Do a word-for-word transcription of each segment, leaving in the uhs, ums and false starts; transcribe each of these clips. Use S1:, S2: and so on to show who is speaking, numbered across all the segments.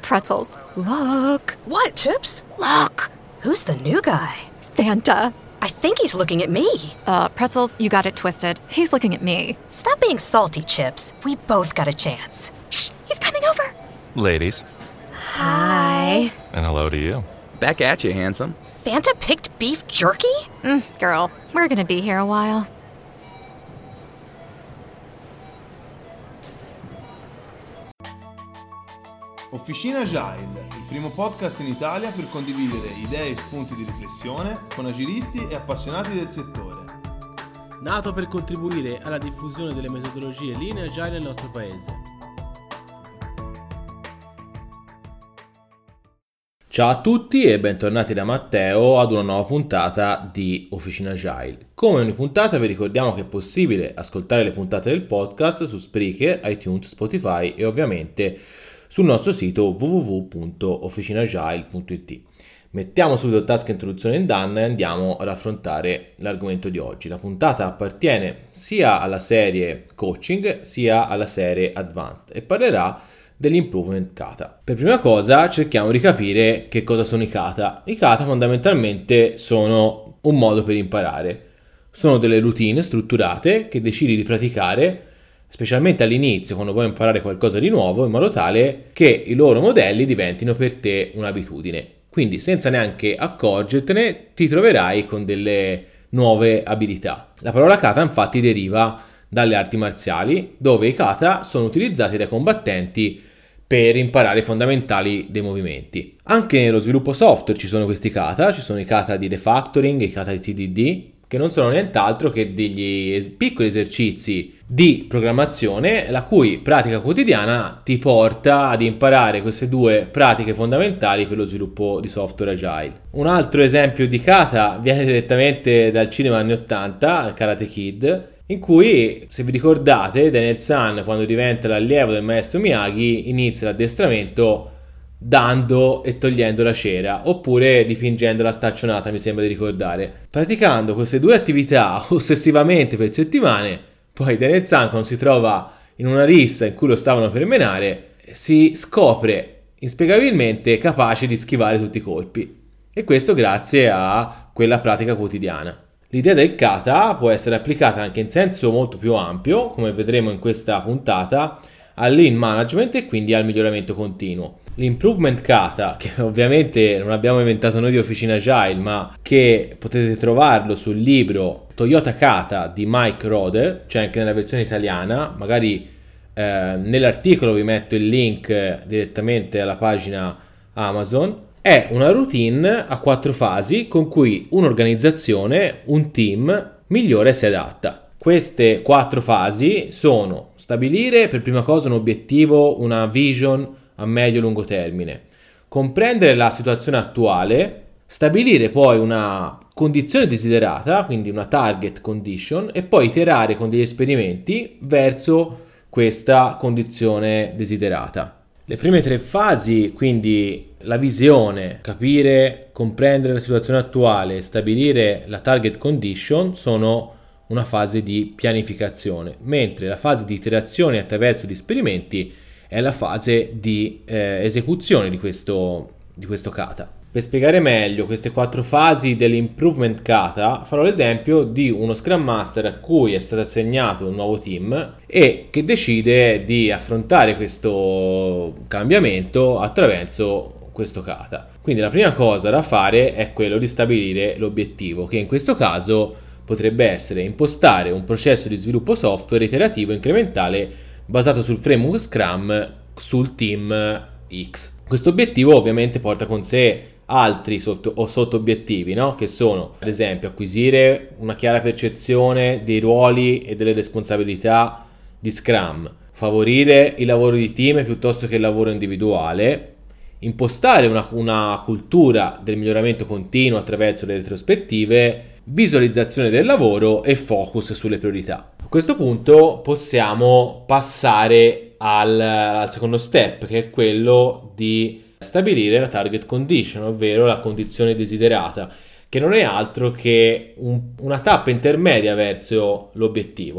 S1: Pretzels. Look.
S2: What, Chips?
S1: Look.
S2: Who's the new guy?
S1: Fanta.
S2: I think he's looking at me.
S1: Uh, Pretzels, you got it twisted. He's looking at me.
S2: Stop being salty, Chips. We both got a chance.
S1: Shh, he's coming over.
S3: Ladies.
S2: Hi.
S3: And hello to you.
S4: Back at you, handsome.
S2: Fanta picked beef jerky?
S1: Mm, girl, we're gonna be here a while.
S5: Officina Agile, il primo podcast in Italia per condividere idee e spunti di riflessione con agilisti e appassionati del settore.
S6: Nato per contribuire alla diffusione delle metodologie Lean e Agile nel nostro paese.
S7: Ciao a tutti e bentornati da Matteo ad una nuova puntata di Officina Agile. Come ogni puntata vi ricordiamo che è possibile ascoltare le puntate del podcast su Spreaker, iTunes, Spotify e ovviamente sul nostro sito w w w punto officinagile punto i t. Mettiamo subito tasca introduzione in done e andiamo ad affrontare l'argomento di oggi. La puntata appartiene sia alla serie Coaching sia alla serie Advanced e parlerà dell'Improvement Kata. Per prima cosa cerchiamo di capire che cosa sono i kata. I kata fondamentalmente sono un modo per imparare. Sono delle routine strutturate che decidi di praticare specialmente all'inizio quando vuoi imparare qualcosa di nuovo, in modo tale che i loro modelli diventino per te un'abitudine. Quindi senza neanche accorgertene ti troverai con delle nuove abilità. La parola kata infatti deriva dalle arti marziali, dove i kata sono utilizzati dai combattenti per imparare i fondamentali dei movimenti. Anche nello sviluppo software ci sono questi kata, ci sono i kata di refactoring, i kata di T D D, che non sono nient'altro che degli es- piccoli esercizi di programmazione la cui pratica quotidiana ti porta ad imparare queste due pratiche fondamentali per lo sviluppo di software agile. Un altro esempio di kata viene direttamente dal cinema anni ottanta, il Karate Kid, in cui, se vi ricordate, Daniel-san, quando diventa l'allievo del maestro Miyagi, inizia l'addestramento dando e togliendo la cera, oppure dipingendo la staccionata, mi sembra di ricordare. Praticando queste due attività ossessivamente per settimane, poi Daniel-san, quando si trova in una rissa in cui lo stavano per menare, si scopre inspiegabilmente capace di schivare tutti i colpi. E questo grazie a quella pratica quotidiana. L'idea del kata può essere applicata anche in senso molto più ampio, come vedremo in questa puntata, al lean management e quindi al miglioramento continuo. L'improvement kata, che ovviamente non abbiamo inventato noi di Officina Agile, ma che potete trovarlo sul libro Toyota Kata di Mike Roder, c'è anche nella versione italiana, magari eh, nell'articolo vi metto il link direttamente alla pagina Amazon. È una routine a quattro fasi con cui un'organizzazione, un team, migliora e si adatta. Queste quattro fasi sono stabilire per prima cosa un obiettivo, una vision a medio-lungo termine, comprendere la situazione attuale, stabilire poi una condizione desiderata, quindi una target condition, e poi iterare con degli esperimenti verso questa condizione desiderata. Le prime tre fasi, quindi la visione, capire, comprendere la situazione attuale e stabilire la target condition, sono una fase di pianificazione, mentre la fase di iterazione attraverso gli esperimenti è la fase di eh, esecuzione di questo, di questo kata. Per spiegare meglio queste quattro fasi dell'improvement kata, farò l'esempio di uno Scrum Master a cui è stato assegnato un nuovo team e che decide di affrontare questo cambiamento attraverso questo kata. Quindi la prima cosa da fare è quello di stabilire l'obiettivo, che in questo caso potrebbe essere impostare un processo di sviluppo software iterativo incrementale basato sul framework Scrum sul team X. Questo obiettivo ovviamente porta con sé altri sotto, o sotto obiettivi, no? Che sono ad esempio acquisire una chiara percezione dei ruoli e delle responsabilità di Scrum, favorire il lavoro di team piuttosto che il lavoro individuale, impostare una, una cultura del miglioramento continuo attraverso le retrospettive, visualizzazione del lavoro e focus sulle priorità. A questo punto possiamo passare al, al secondo step, che è quello di stabilire la target condition, ovvero la condizione desiderata, che non è altro che un, una tappa intermedia verso l'obiettivo, no?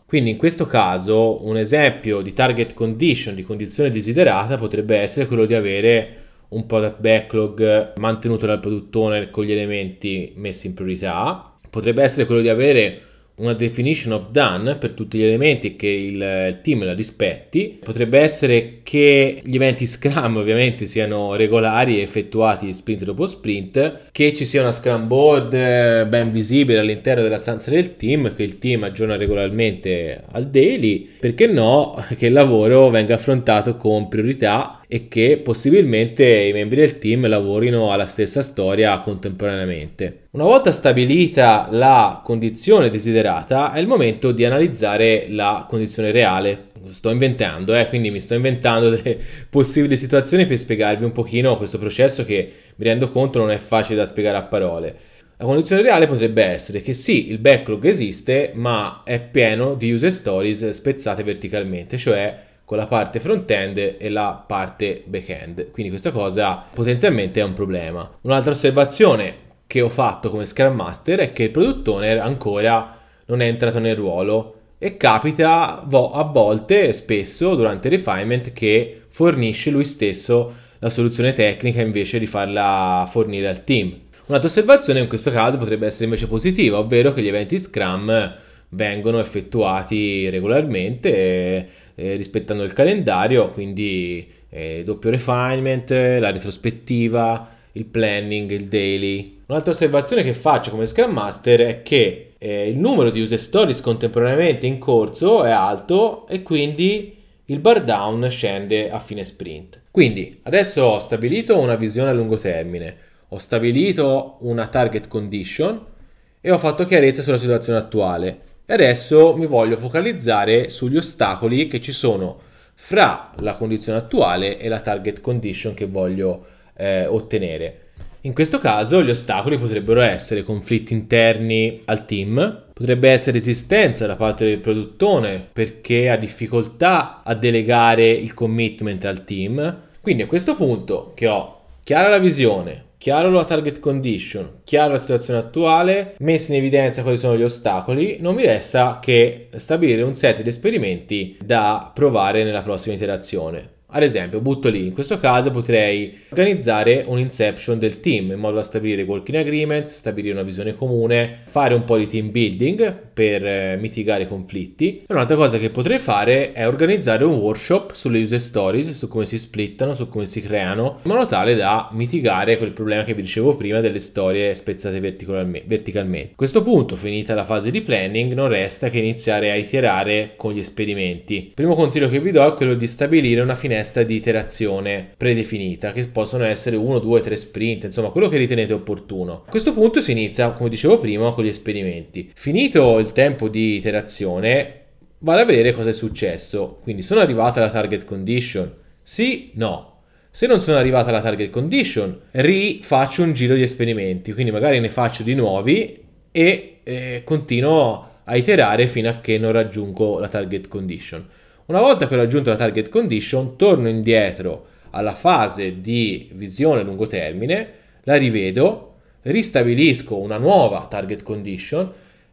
S7: Quindi in questo caso un esempio di target condition, di condizione desiderata, potrebbe essere quello di avere un product backlog mantenuto dal product owner con gli elementi messi in priorità. Potrebbe essere quello di avere una definition of done per tutti gli elementi e che il, il team la rispetti. Potrebbe essere che gli eventi Scrum ovviamente siano regolari e effettuati sprint dopo sprint, che ci sia una Scrum board ben visibile all'interno della stanza del team, che il team aggiorna regolarmente al daily, perché no, che il lavoro venga affrontato con priorità e che possibilmente i membri del team lavorino alla stessa storia contemporaneamente. Una volta stabilita la condizione desiderata, è il momento di analizzare la condizione reale. Sto inventando, eh, quindi mi sto inventando delle possibili situazioni per spiegarvi un pochino questo processo che mi rendo conto non è facile da spiegare a parole. La condizione reale potrebbe essere che sì, il backlog esiste, ma è pieno di user stories spezzate verticalmente, cioè con la parte front-end e la parte back-end. Quindi questa cosa potenzialmente è un problema. Un'altra osservazione che ho fatto come Scrum Master è che il product owner ancora non è entrato nel ruolo e capita a volte, spesso, durante il refinement, che fornisce lui stesso la soluzione tecnica invece di farla fornire al team. Un'altra osservazione in questo caso potrebbe essere invece positiva, ovvero che gli eventi Scrum vengono effettuati regolarmente eh, eh, rispettando il calendario, quindi eh, doppio refinement, la retrospettiva, il planning, il daily. Un'altra osservazione che faccio come Scrum Master è che eh, il numero di user stories contemporaneamente in corso è alto e quindi il bar down scende a fine sprint. Quindi adesso ho stabilito una visione a lungo termine, ho stabilito una target condition e ho fatto chiarezza sulla situazione attuale. E adesso mi voglio focalizzare sugli ostacoli che ci sono fra la condizione attuale e la target condition che voglio eh, ottenere. In questo caso gli ostacoli potrebbero essere conflitti interni al team, potrebbe essere resistenza da parte del product owner perché ha difficoltà a delegare il commitment al team. Quindi a questo punto che ho chiara la visione, chiaro la target condition, chiara la situazione attuale, messi in evidenza quali sono gli ostacoli, non mi resta che stabilire un set di esperimenti da provare nella prossima iterazione. Ad esempio, butto lì, in questo caso potrei organizzare un inception del team in modo da stabilire working agreements, stabilire una visione comune, fare un po' di team building per eh, mitigare i conflitti. E un'altra cosa che potrei fare è organizzare un workshop sulle user stories, su come si splittano, su come si creano, in modo tale da mitigare quel problema che vi dicevo prima delle storie spezzate verticalmente. A questo punto, finita la fase di planning, non resta che iniziare a iterare con gli esperimenti. Il primo consiglio che vi do è quello di stabilire una finestra di iterazione predefinita, che possono essere uno, due, tre sprint, insomma quello che ritenete opportuno. A questo punto si inizia, come dicevo prima, con gli esperimenti. Finito il tempo di iterazione, vado a vedere cosa è successo. Quindi sono arrivata alla target condition? Sì, no. Se non sono arrivata alla target condition, rifaccio un giro di esperimenti, quindi magari ne faccio di nuovi e eh, continuo a iterare fino a che non raggiungo la target condition. Una volta che ho raggiunto la target condition, torno indietro alla fase di visione a lungo termine, la rivedo, ristabilisco una nuova target condition,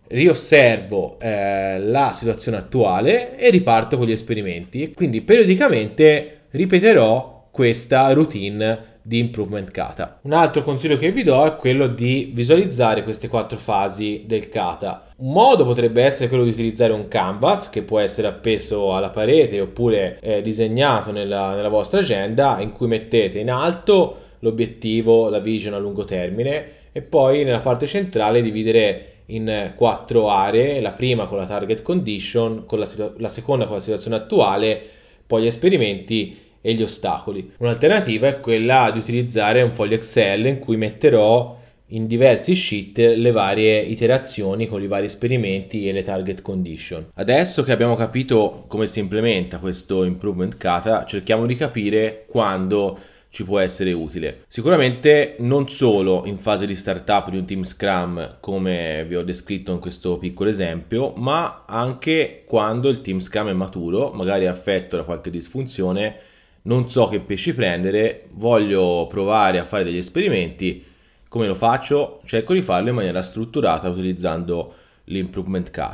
S7: riosservo eh, la situazione attuale e riparto con gli esperimenti. Quindi periodicamente ripeterò questa routine di improvement kata. Un altro consiglio che vi do è quello di visualizzare queste quattro fasi del kata. Un modo potrebbe essere quello di utilizzare un canvas che può essere appeso alla parete oppure eh, disegnato nella, nella vostra agenda, in cui mettete in alto l'obiettivo, la vision a lungo termine e poi nella parte centrale dividere in quattro aree, la prima con la target condition, con la, situ- la seconda con la situazione attuale, poi gli esperimenti e gli ostacoli. Un'alternativa è quella di utilizzare un foglio Excel in cui metterò in diversi sheet le varie iterazioni con i vari esperimenti e le target condition. Adesso che abbiamo capito come si implementa questo improvement kata, cerchiamo di capire quando ci può essere utile. Sicuramente non solo in fase di startup di un team Scrum, come vi ho descritto in questo piccolo esempio, ma anche quando il team Scrum è maturo, magari affetto da qualche disfunzione, non so che pesci prendere, voglio provare a fare degli esperimenti. Come lo faccio? Cerco di farlo in maniera strutturata utilizzando l'improvement kata.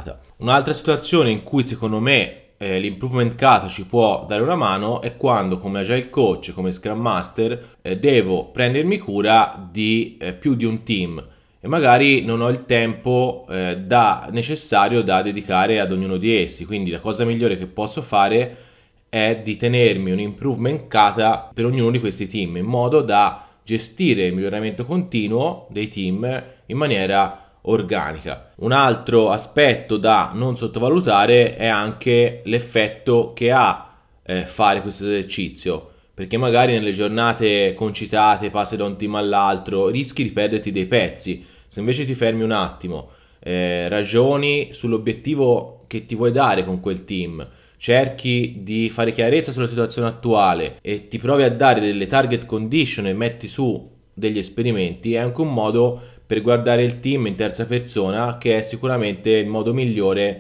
S7: Un'altra situazione in cui secondo me eh, l'improvement kata ci può dare una mano è quando come agile coach, come scrum master eh, devo prendermi cura di eh, più di un team e magari non ho il tempo eh, da, necessario da dedicare ad ognuno di essi. Quindi la cosa migliore che posso fare è di tenermi un improvement kata per ognuno di questi team, in modo da gestire il miglioramento continuo dei team in maniera organica. Un altro aspetto da non sottovalutare è anche l'effetto che ha eh, fare questo esercizio, perché magari nelle giornate concitate, passi da un team all'altro, rischi di perderti dei pezzi. Se invece ti fermi un attimo, eh, ragioni sull'obiettivo che ti vuoi dare con quel team, cerchi di fare chiarezza sulla situazione attuale e ti provi a dare delle target condition e metti su degli esperimenti, è anche un modo per guardare il team in terza persona, che è sicuramente il modo migliore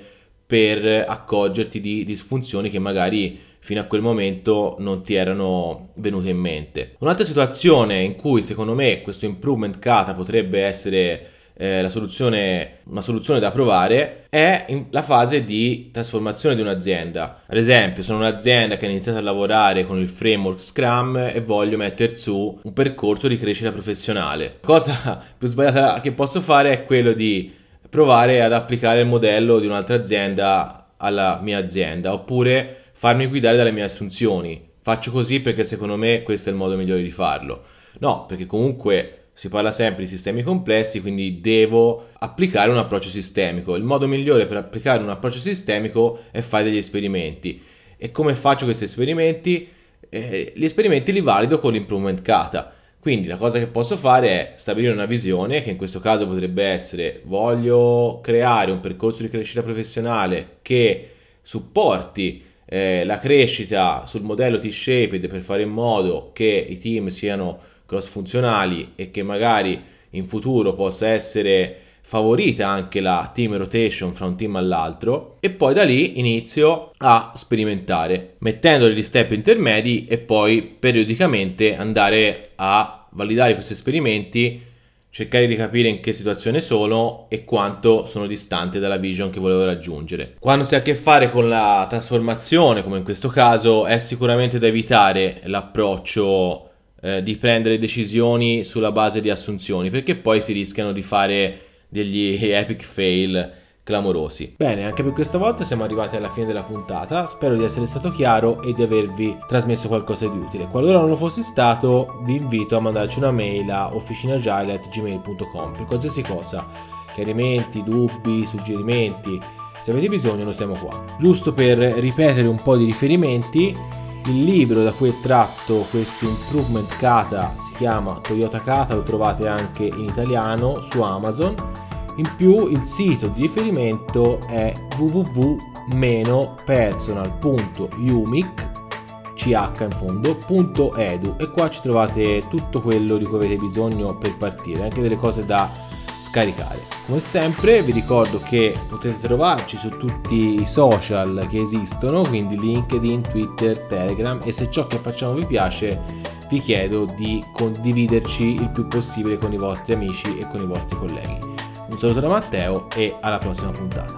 S7: per accorgerti di disfunzioni che magari fino a quel momento non ti erano venute in mente. Un'altra situazione in cui secondo me questo improvement kata potrebbe essere eh, la soluzione, una soluzione da provare è in la fase di trasformazione di un'azienda. Ad esempio, sono un'azienda che ha iniziato a lavorare con il framework Scrum e voglio mettere su un percorso di crescita professionale. La cosa più sbagliata che posso fare è quello di provare ad applicare il modello di un'altra azienda alla mia azienda, oppure farmi guidare dalle mie assunzioni. Faccio così perché secondo me questo è il modo migliore di farlo. No, perché comunque si parla sempre di sistemi complessi, quindi devo applicare un approccio sistemico. Il modo migliore per applicare un approccio sistemico è fare degli esperimenti. E come faccio questi esperimenti? Eh, gli esperimenti li valido con l'improvement kata. Quindi la cosa che posso fare è stabilire una visione, che in questo caso potrebbe essere: voglio creare un percorso di crescita professionale che supporti eh, la crescita sul modello T-shaped, per fare in modo che i team siano cross funzionali e che magari in futuro possa essere favorita anche la team rotation fra un team all'altro. E poi da lì inizio a sperimentare, mettendo degli step intermedi e poi periodicamente andare a validare questi esperimenti, cercare di capire in che situazione sono e quanto sono distante dalla vision che volevo raggiungere. Quando si ha a che fare con la trasformazione, come in questo caso, è sicuramente da evitare l'approccio eh, di prendere decisioni sulla base di assunzioni, perché poi si rischiano di fare degli epic fail clamorosi. Bene, anche per questa volta siamo arrivati alla fine della puntata. Spero di essere stato chiaro e di avervi trasmesso qualcosa di utile. Qualora non lo fossi stato, vi invito a mandarci una mail a officinagile at gmail punto com per qualsiasi cosa, chiarimenti, dubbi, suggerimenti. Se avete bisogno, noi siamo qua. Giusto per ripetere un po' di riferimenti, il libro da cui è tratto questo improvement kata si chiama Toyota Kata, lo trovate anche in italiano su Amazon. In più il sito di riferimento è w w w punto personal punto umic ch in fondo punto edu e qua ci trovate tutto quello di cui avete bisogno per partire, anche delle cose da scaricare. Come sempre vi ricordo che potete trovarci su tutti i social che esistono, quindi LinkedIn, Twitter, Telegram, e se ciò che facciamo vi piace vi chiedo di condividerci il più possibile con i vostri amici e con i vostri colleghi. Un saluto da Matteo e alla prossima puntata.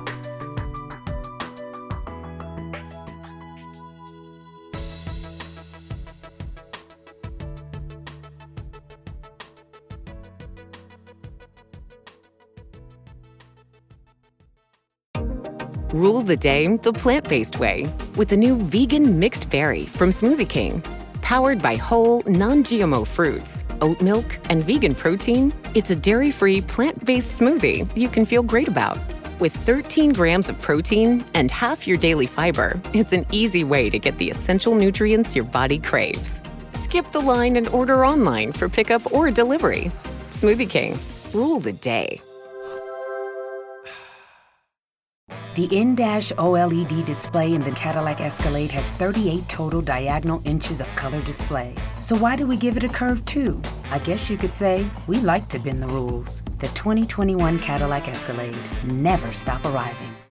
S3: Rule the day the plant-based way with the new vegan mixed berry from Smoothie King. Powered by whole, non-G M O fruits, oat milk, and vegan protein, it's a dairy-free, plant-based smoothie you can feel great about. With thirteen grams of protein and half your daily fiber, it's an easy way to get the essential nutrients your body craves. Skip the line and order online for pickup or delivery. Smoothie King. Rule the day.
S4: The in-dash O L E D display in the Cadillac Escalade has thirty-eight total diagonal inches of color display. So why do we give it a curve too? I guess you could say we like to bend the rules. The twenty twenty-one Cadillac Escalade. Never stop arriving.